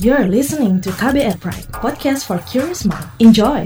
You're listening to KBR Pride, podcast for curious mind. Enjoy!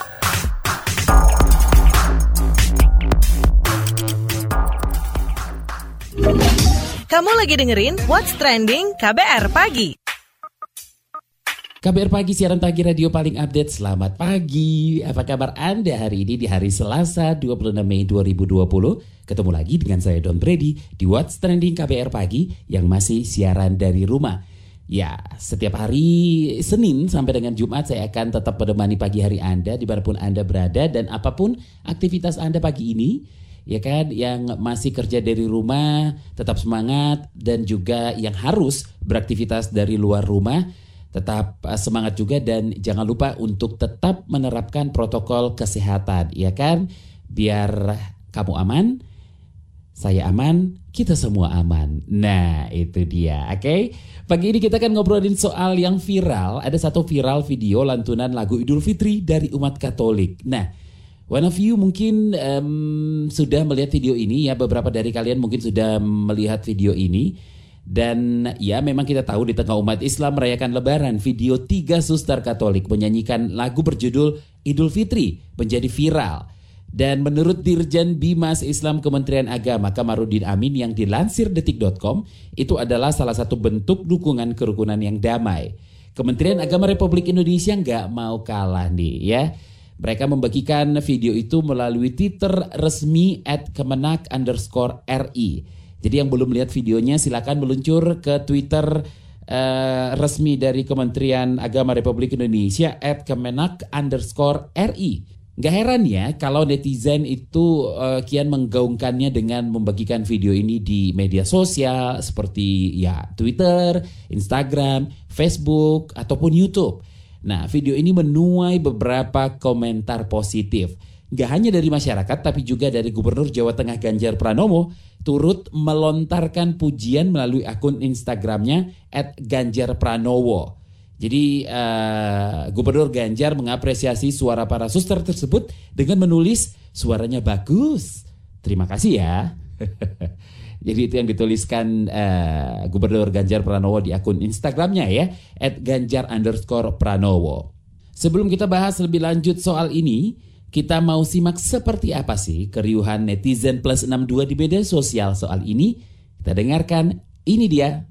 Kamu lagi dengerin What's Trending KBR Pagi. KBR Pagi, siaran pagi radio paling update. Selamat pagi. Apa kabar Anda hari ini di hari Selasa 26 Mei 2020? Ketemu lagi dengan saya Don Brady di What's Trending KBR Pagi yang masih siaran dari rumah. Ya, setiap hari Senin sampai dengan Jumat saya akan tetap menemani pagi hari Anda dimanapun Anda berada dan apapun aktivitas Anda pagi ini. Ya kan, yang masih kerja dari rumah tetap semangat, dan juga yang harus beraktivitas dari luar rumah tetap semangat juga, dan jangan lupa untuk tetap menerapkan protokol kesehatan, ya kan, biar kamu aman, saya aman, kita semua aman. Nah itu dia, oke. Pagi ini kita akan ngobrolin soal yang viral. Ada satu viral video lantunan lagu Idul Fitri dari umat Katolik. Nah, one of you mungkin sudah melihat video ini ya, beberapa dari kalian mungkin sudah melihat video ini. Dan ya memang kita tahu di tengah umat Islam merayakan Lebaran, video 3 suster Katolik menyanyikan lagu berjudul Idul Fitri menjadi viral. Dan menurut Dirjen Bimas Islam Kementerian Agama Kamarudin Amin yang dilansir detik.com, itu adalah salah satu bentuk dukungan kerukunan yang damai. Kementerian Agama Republik Indonesia nggak mau kalah nih ya. Mereka membagikan video itu melalui Twitter resmi @kemenak_RI. Jadi yang belum lihat videonya silakan meluncur ke Twitter resmi dari Kementerian Agama Republik Indonesia @kemenak_RI. Gak heran ya kalau netizen itu kian menggaungkannya dengan membagikan video ini di media sosial seperti ya Twitter, Instagram, Facebook, ataupun YouTube. Nah, video ini menuai beberapa komentar positif. Gak hanya dari masyarakat, tapi juga dari Gubernur Jawa Tengah Ganjar Pranowo turut melontarkan pujian melalui akun Instagramnya @ganjarpranowo. Jadi Gubernur Ganjar mengapresiasi suara para suster tersebut dengan menulis suaranya bagus. Terima kasih ya. Jadi itu yang dituliskan Gubernur Ganjar Pranowo di akun Instagramnya ya, @ganjar_pranowo. Sebelum kita bahas lebih lanjut soal ini, kita mau simak seperti apa sih keriuhan netizen plus 62 di media sosial soal ini. Kita dengarkan, ini dia.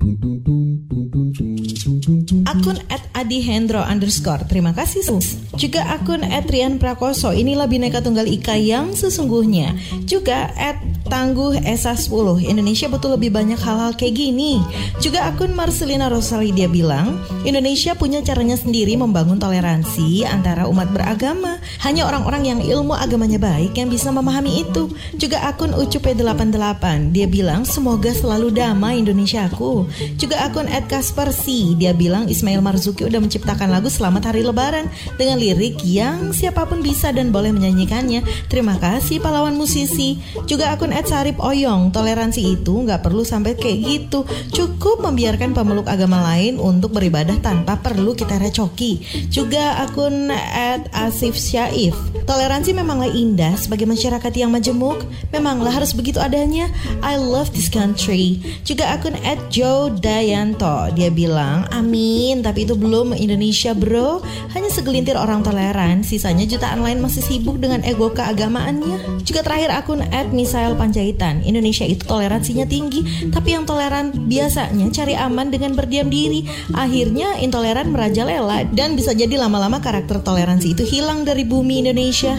Akun @adihendro_, terima kasih sus. Juga akun @rianprakoso, inilah Bhinneka Tunggal Ika yang sesungguhnya. Juga @tangguh_esa10, Indonesia betul lebih banyak hal-hal kayak gini. Juga akun Marcelina Rosali, dia bilang Indonesia punya caranya sendiri membangun toleransi antara umat beragama. Hanya orang-orang yang ilmu agamanya baik yang bisa memahami itu. Juga akun ucup88, dia bilang semoga selalu damai Indonesiaku. Juga akun @kaspersi, dia bilang Ismail Marzuki udah menciptakan lagu Selamat Hari Lebaran dengan lirik yang siapapun bisa dan boleh menyanyikannya. Terima kasih pahlawan musisi. Juga akun @sarip_oyong, toleransi itu gak perlu sampai kayak gitu. Cukup membiarkan pemeluk agama lain untuk beribadah tanpa perlu kita recoki. Juga akun @asifsyaif, toleransi memanglah indah sebagai masyarakat yang majemuk. Memanglah harus begitu adanya. I love this country. Juga akun @jodayanto, dia bilang amin, tapi itu belum Indonesia bro. Hanya segelintir orang toleran, sisanya jutaan lain masih sibuk dengan ego keagamaannya. Juga terakhir akun @misael panjaitan, Indonesia itu toleransinya tinggi, tapi yang toleran biasanya cari aman dengan berdiam diri. Akhirnya intoleran merajalela dan bisa jadi lama-lama karakter toleransi itu hilang dari bumi Indonesia.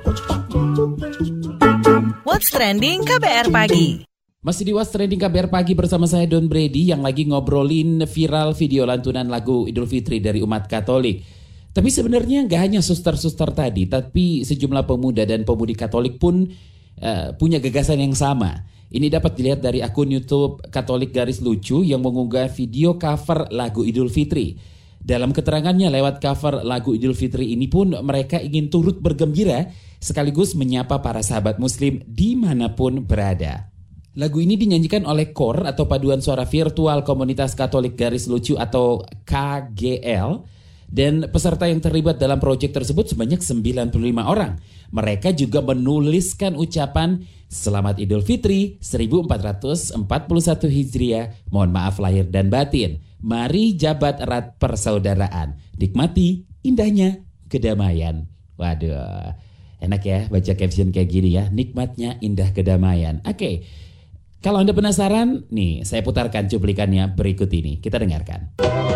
What's Trending KBR Pagi. Masih di What's Trending KBR Pagi bersama saya Don Brady yang lagi ngobrolin viral video lantunan lagu Idul Fitri dari umat Katolik. Tapi sebenarnya gak hanya suster-suster tadi, tapi sejumlah pemuda dan pemudi Katolik pun punya gagasan yang sama. Ini dapat dilihat dari akun YouTube Katolik Garis Lucu yang mengunggah video cover lagu Idul Fitri. Dalam keterangannya lewat cover lagu Idul Fitri ini pun mereka ingin turut bergembira sekaligus menyapa para sahabat muslim dimanapun berada. Lagu ini dinyanyikan oleh KOR atau Paduan Suara Virtual Komunitas Katolik Garis Lucu atau KGL. Dan peserta yang terlibat dalam proyek tersebut sebanyak 95 orang. Mereka juga menuliskan ucapan Selamat Idul Fitri 1441 Hijriah, mohon maaf lahir dan batin. Mari jabat erat persaudaraan, nikmati indahnya kedamaian. Waduh, enak ya baca caption kayak gini ya, nikmatnya indah kedamaian. Oke, kalau Anda penasaran, nih saya putarkan cuplikannya berikut ini. Kita dengarkan.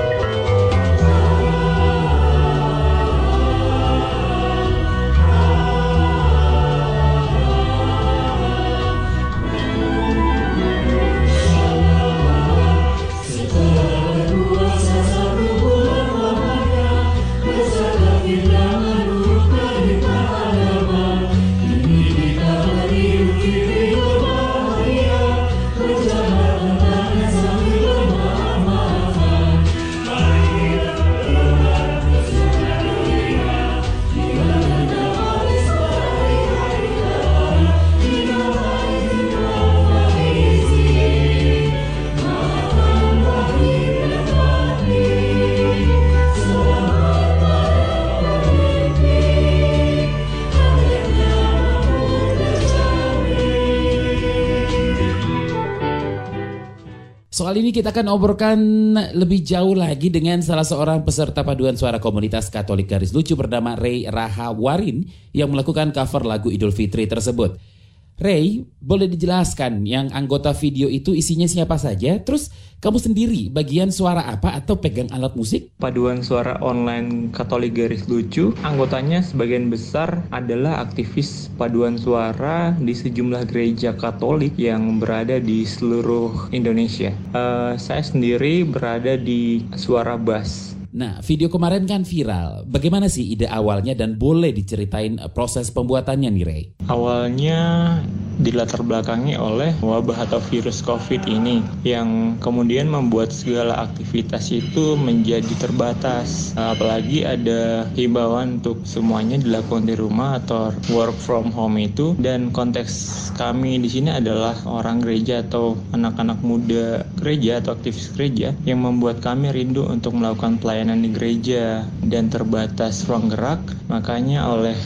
Soal ini kita akan obrolkan lebih jauh lagi dengan salah seorang peserta paduan suara komunitas Katolik Garis Lucu bernama Ray Rahawarin yang melakukan cover lagu Idul Fitri tersebut. Ray, boleh dijelaskan yang anggota video itu isinya siapa saja? Terus kamu sendiri bagian suara apa atau pegang alat musik? Paduan suara online Katolik Garis Lucu, anggotanya sebagian besar adalah aktivis paduan suara di sejumlah gereja Katolik yang berada di seluruh Indonesia. Saya sendiri berada di suara bass. Nah, video kemarin kan viral. Bagaimana sih ide awalnya dan boleh diceritain proses pembuatannya nih, Ray? Awalnya dilatar belakangi oleh wabah atau virus COVID ini yang kemudian membuat segala aktivitas itu menjadi terbatas. Apalagi ada himbauan untuk semuanya dilakukan di rumah atau work from home itu, dan konteks kami di sini adalah orang gereja atau anak-anak muda gereja atau aktivis gereja yang membuat kami rindu untuk melakukan pelayanan di gereja dan terbatas ruang gerak. Makanya oleh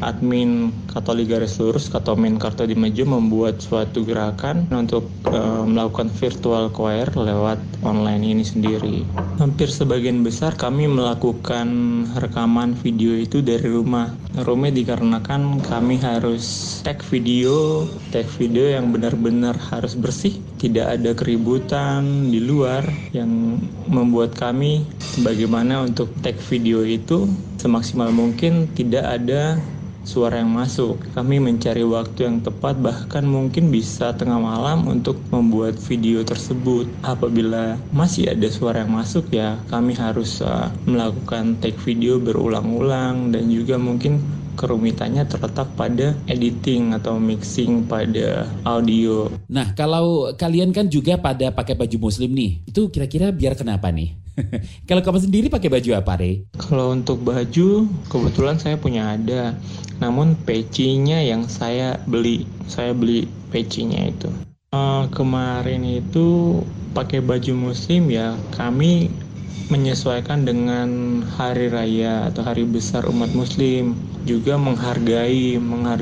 admin Katolik Garis Lurus Katomin Kartodimajo membuat suatu gerakan untuk melakukan virtual choir lewat online ini sendiri. Hampir sebagian besar kami melakukan rekaman video itu dari rumah. Rumah dikarenakan kami harus tag video yang benar-benar harus bersih, tidak ada keributan di luar yang membuat kami bagaimana untuk tag video itu semaksimal mungkin tidak ada suara yang masuk. Kami mencari waktu yang tepat, bahkan mungkin bisa tengah malam untuk membuat video tersebut. Apabila masih ada suara yang masuk, ya kami harus melakukan take video berulang-ulang, dan juga mungkin kerumitannya terletak pada editing atau mixing pada audio. Nah, kalau kalian kan juga pada pakai baju muslim nih, itu kira-kira biar kenapa nih? Kalau kamu sendiri pakai baju apa, Re? Kalau untuk baju, kebetulan saya punya ada. Namun pecinya yang saya beli pecinya itu. Kemarin itu pakai baju muslim ya, kami menyesuaikan dengan hari raya atau hari besar umat muslim. Juga menghargai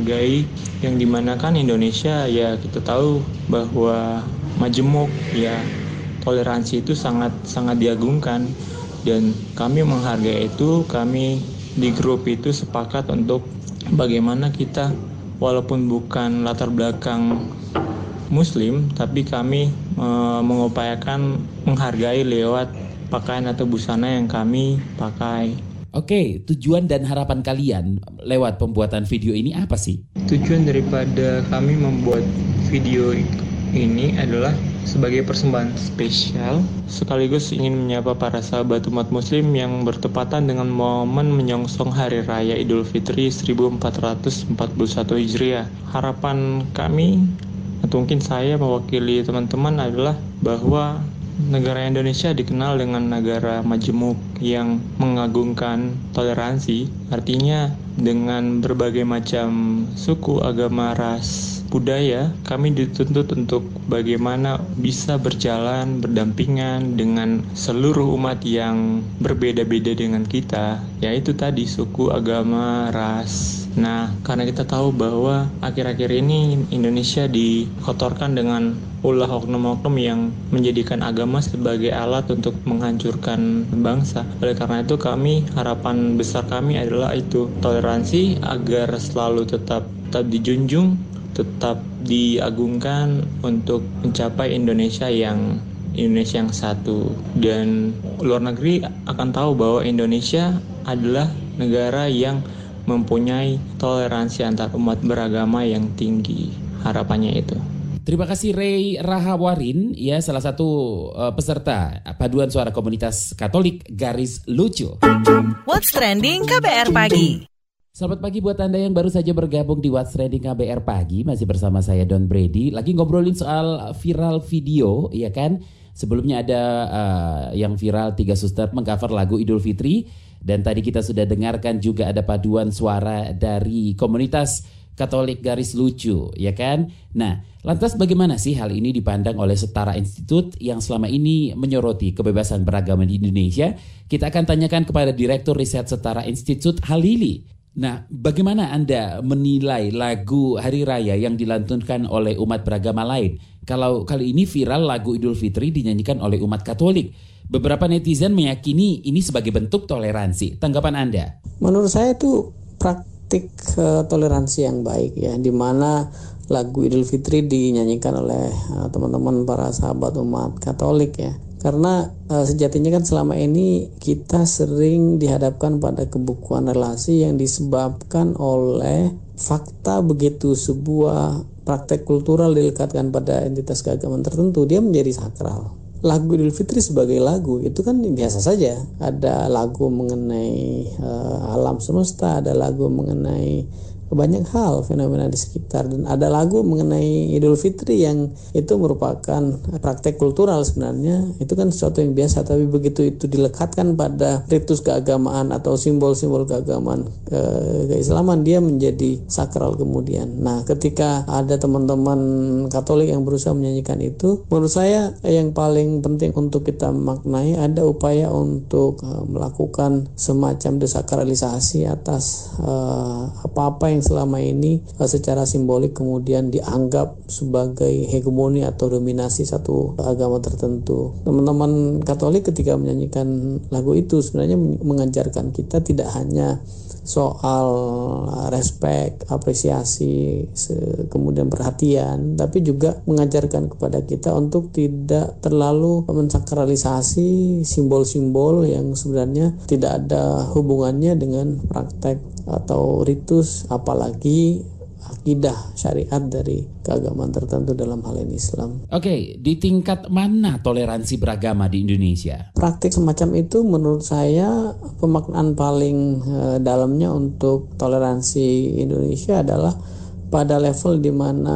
yang dimana kan Indonesia ya kita tahu bahwa majemuk ya, toleransi itu sangat diagungkan, dan kami menghargai itu. Kami di grup itu sepakat untuk bagaimana kita walaupun bukan latar belakang muslim, tapi kami mengupayakan menghargai lewat pakaian atau busana yang kami pakai. Oke, tujuan dan harapan kalian lewat pembuatan video ini apa sih? Tujuan daripada kami membuat video ini adalah sebagai persembahan spesial, sekaligus ingin menyapa para sahabat umat muslim yang bertepatan dengan momen menyongsong Hari Raya Idul Fitri 1441 Hijriah. Harapan kami, atau mungkin saya mewakili teman-teman, adalah bahwa negara Indonesia dikenal dengan negara majemuk yang mengagungkan toleransi. Artinya dengan berbagai macam suku, agama, ras, budaya, kami dituntut untuk bagaimana bisa berjalan berdampingan dengan seluruh umat yang berbeda-beda dengan kita, yaitu tadi suku, agama, ras. Nah, karena kita tahu bahwa akhir-akhir ini Indonesia dikotorkan dengan ulah oknum-oknum yang menjadikan agama sebagai alat untuk menghancurkan bangsa. Oleh karena itu harapan besar kami adalah itu, toleransi agar selalu tetap dijunjung, tetap diagungkan untuk mencapai Indonesia yang satu. Dan luar negeri akan tahu bahwa Indonesia adalah negara yang mempunyai toleransi antar umat beragama yang tinggi. Harapannya itu. Terima kasih Ray Rahawarin, ya salah satu peserta paduan suara komunitas Katolik Garis Lucu. What's Trending KBR Pagi. Selamat pagi buat Anda yang baru saja bergabung di What's Trending KBR Pagi. Masih bersama saya Don Brady. Lagi ngobrolin soal viral video, ya kan? Sebelumnya ada yang viral 3 suster mengcover lagu Idul Fitri. Dan tadi kita sudah dengarkan juga ada paduan suara dari komunitas Katolik Garis Lucu, ya kan? Nah, lantas bagaimana sih hal ini dipandang oleh Setara Institut yang selama ini menyoroti kebebasan beragama di Indonesia? Kita akan tanyakan kepada Direktur Riset Setara Institut, Halili. Nah, bagaimana Anda menilai lagu Hari Raya yang dilantunkan oleh umat beragama lain? Kalau kali ini viral lagu Idul Fitri dinyanyikan oleh umat Katolik. Beberapa netizen meyakini ini sebagai bentuk toleransi. Tanggapan Anda? Menurut saya itu praktik toleransi yang baik ya, di mana lagu Idul Fitri dinyanyikan oleh teman-teman para sahabat umat Katolik ya. Karena sejatinya kan selama ini kita sering dihadapkan pada kebukuan relasi yang disebabkan oleh fakta begitu sebuah praktek kultural dilekatkan pada entitas keagamaan tertentu, dia menjadi sakral. Lagu Idul Fitri sebagai lagu itu kan biasa saja. Ada lagu mengenai alam semesta, ada lagu mengenai banyak hal, fenomena di sekitar, dan ada lagu mengenai Idul Fitri yang itu merupakan praktek kultural sebenarnya. Itu kan sesuatu yang biasa, tapi begitu itu dilekatkan pada ritus keagamaan atau simbol-simbol keagamaan keislaman, dia menjadi sakral kemudian. Nah, ketika ada teman-teman Katolik yang berusaha menyanyikan itu, menurut saya yang paling penting untuk kita maknai ada upaya untuk melakukan semacam desakralisasi atas apa-apa yang selama ini secara simbolik kemudian dianggap sebagai hegemoni atau dominasi satu agama tertentu. Teman-teman Katolik ketika menyanyikan lagu itu sebenarnya mengajarkan kita tidak hanya soal respek, apresiasi, kemudian perhatian, tapi juga mengajarkan kepada kita untuk tidak terlalu mensakralisasi simbol-simbol yang sebenarnya tidak ada hubungannya dengan praktek atau ritus, apalagi akidah syariat dari keagamaan tertentu, dalam hal ini Islam. Oke, di tingkat mana toleransi beragama di Indonesia? Praktik semacam itu menurut saya pemaknaan paling dalamnya untuk toleransi Indonesia adalah pada level di mana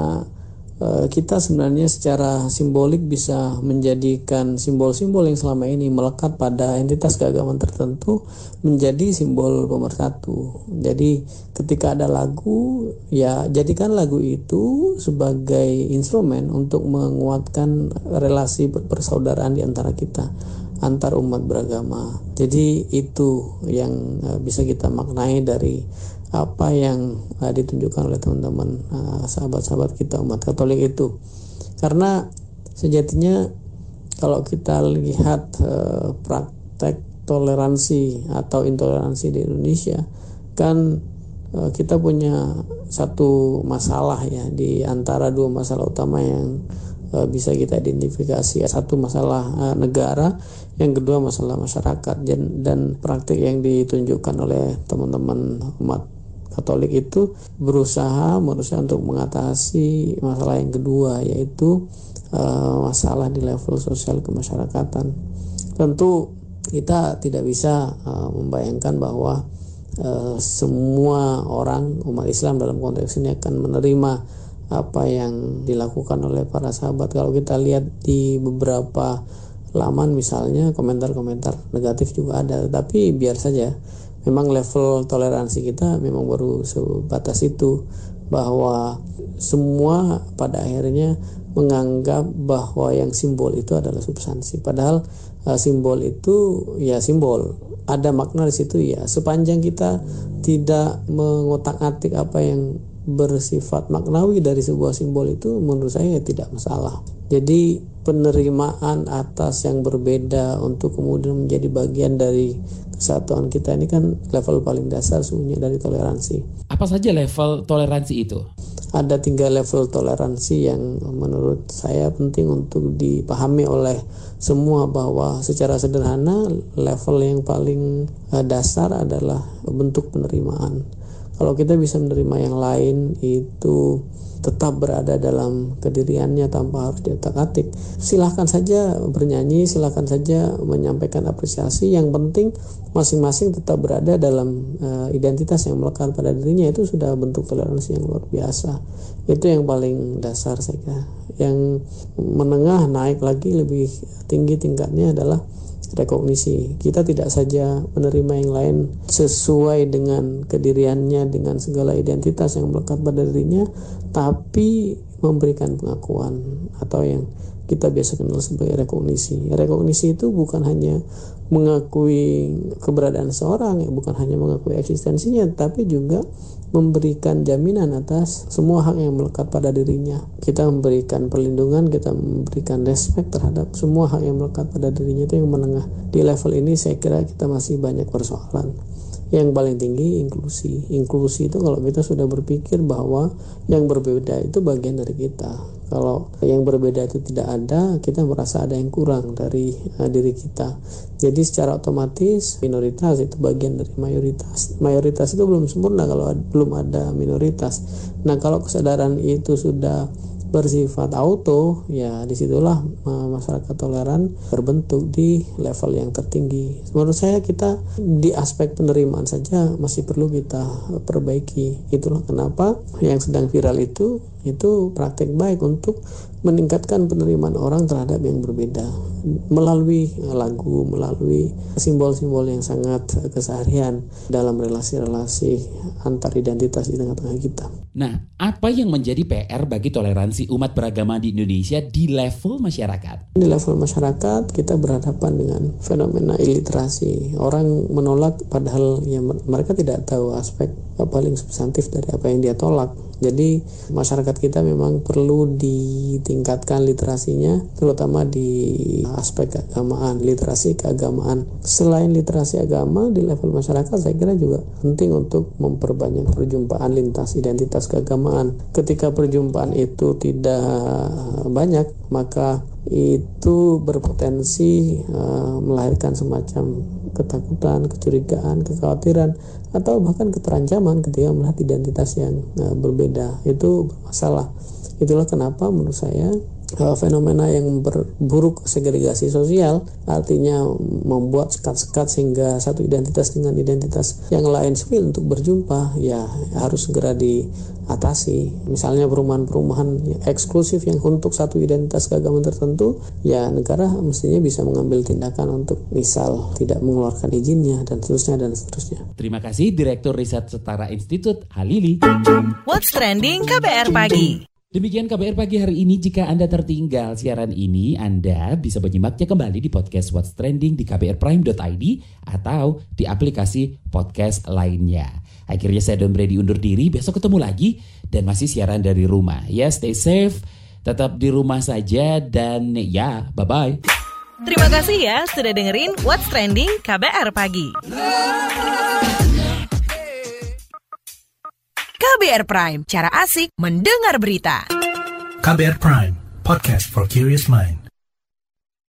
kita sebenarnya secara simbolik bisa menjadikan simbol-simbol yang selama ini melekat pada entitas keagamaan tertentu menjadi simbol pemersatu. Jadi ketika ada lagu, ya jadikan lagu itu sebagai instrumen untuk menguatkan relasi persaudaraan di antara kita, antar umat beragama. Jadi itu yang bisa kita maknai dari apa yang ditunjukkan oleh teman-teman sahabat-sahabat kita umat Katolik itu. Karena sejatinya kalau kita lihat praktek toleransi atau intoleransi di Indonesia, kan kita punya satu masalah ya, di antara dua masalah utama yang bisa kita identifikasi. Satu masalah negara, yang kedua masalah masyarakat. Dan praktik yang ditunjukkan oleh teman-teman umat Katolik itu berusaha untuk mengatasi masalah yang kedua, yaitu masalah di level sosial kemasyarakatan. Tentu kita tidak bisa membayangkan bahwa semua orang umat Islam dalam konteks ini akan menerima apa yang dilakukan oleh para sahabat. Kalau kita lihat di beberapa laman misalnya, komentar-komentar negatif juga ada, tapi biar saja. Memang level toleransi kita memang baru sebatas itu. bahwa semua pada akhirnya menganggap bahwa yang simbol itu adalah substansi. Padahal simbol itu ya simbol, ada makna di situ ya. Sepanjang kita tidak mengotak-atik apa yang bersifat maknawi dari sebuah simbol itu, menurut saya tidak masalah. Jadi penerimaan atas yang berbeda untuk kemudian menjadi bagian dari kesatuan kita ini kan level paling dasar sesungguhnya dari toleransi. Apa saja level toleransi itu? Ada 3 level toleransi yang menurut saya penting untuk dipahami oleh semua, bahwa secara sederhana level yang paling dasar adalah bentuk penerimaan. Kalau kita bisa menerima yang lain itu tetap berada dalam kediriannya tanpa harus diotak-atik, silahkan saja bernyanyi, silahkan saja menyampaikan apresiasi. Yang penting masing-masing tetap berada dalam identitas yang melekat pada dirinya. Itu sudah bentuk toleransi yang luar biasa. Itu yang paling dasar saya kira. Yang menengah naik lagi lebih tinggi tingkatnya adalah rekognisi. Kita tidak saja menerima yang lain sesuai dengan kediriannya, dengan segala identitas yang melekat pada dirinya, tapi memberikan pengakuan atau yang kita biasa kenal sebagai rekognisi. Rekognisi itu bukan hanya mengakui keberadaan seorang, bukan hanya mengakui eksistensinya, tapi juga memberikan jaminan atas semua hak yang melekat pada dirinya. Kita memberikan perlindungan, kita memberikan respect terhadap semua hak yang melekat pada dirinya. Itu yang menengah. Di level ini saya kira kita masih banyak persoalan. Yang paling tinggi inklusi. Inklusi itu kalau kita sudah berpikir bahwa yang berbeda itu bagian dari kita. Kalau yang berbeda itu tidak ada, kita merasa ada yang kurang dari diri kita. Jadi secara otomatis minoritas itu bagian dari mayoritas. Mayoritas itu belum sempurna kalau belum ada minoritas. Nah, kalau kesadaran itu sudah bersifat auto, ya disitulah masyarakat toleran terbentuk di level yang tertinggi. Menurut saya kita di aspek penerimaan saja masih perlu kita perbaiki. Itulah kenapa yang sedang viral itu praktek baik untuk meningkatkan penerimaan orang terhadap yang berbeda melalui lagu, melalui simbol-simbol yang sangat keseharian dalam relasi-relasi antar identitas di tengah-tengah kita. Nah, apa yang menjadi PR bagi toleransi umat beragama di Indonesia di level masyarakat? Di level masyarakat kita berhadapan dengan fenomena iliterasi. Orang menolak padahal ya mereka tidak tahu aspek paling substantif dari apa yang dia tolak. Jadi masyarakat kita memang perlu ditingkatkan literasinya, terutama di aspek keagamaan, literasi keagamaan. Selain literasi agama di level masyarakat, saya kira juga penting untuk memperbanyak perjumpaan lintas identitas keagamaan. Ketika perjumpaan itu tidak banyak, maka itu berpotensi melahirkan semacam ketakutan, kecurigaan, kekhawatiran, atau bahkan keterancaman ketika melihat identitas yang berbeda. Itu bermasalah. Itulah kenapa menurut saya fenomena yang berburuk segregasi sosial, artinya membuat sekat-sekat sehingga satu identitas dengan identitas yang lain sulit untuk berjumpa, ya harus segera diatasi. Misalnya perumahan-perumahan eksklusif yang untuk satu identitas keagamaan tertentu, ya negara mestinya bisa mengambil tindakan untuk misal tidak mengeluarkan izinnya dan seterusnya. Terima kasih Direktur Riset Setara Institut Halili. What's Trending KBR Pagi. Demikian KBR Pagi hari ini. Jika Anda tertinggal siaran ini, Anda bisa menyimaknya kembali di podcast What's Trending di kbrprime.id atau di aplikasi podcast lainnya. Akhirnya saya Don Brady undur diri. Besok ketemu lagi dan masih siaran dari rumah. Ya, stay safe, tetap di rumah saja dan ya, bye-bye. Terima kasih ya sudah dengerin What's Trending KBR Pagi. KBR Prime, cara asik mendengar berita. KBR Prime, podcast for curious mind.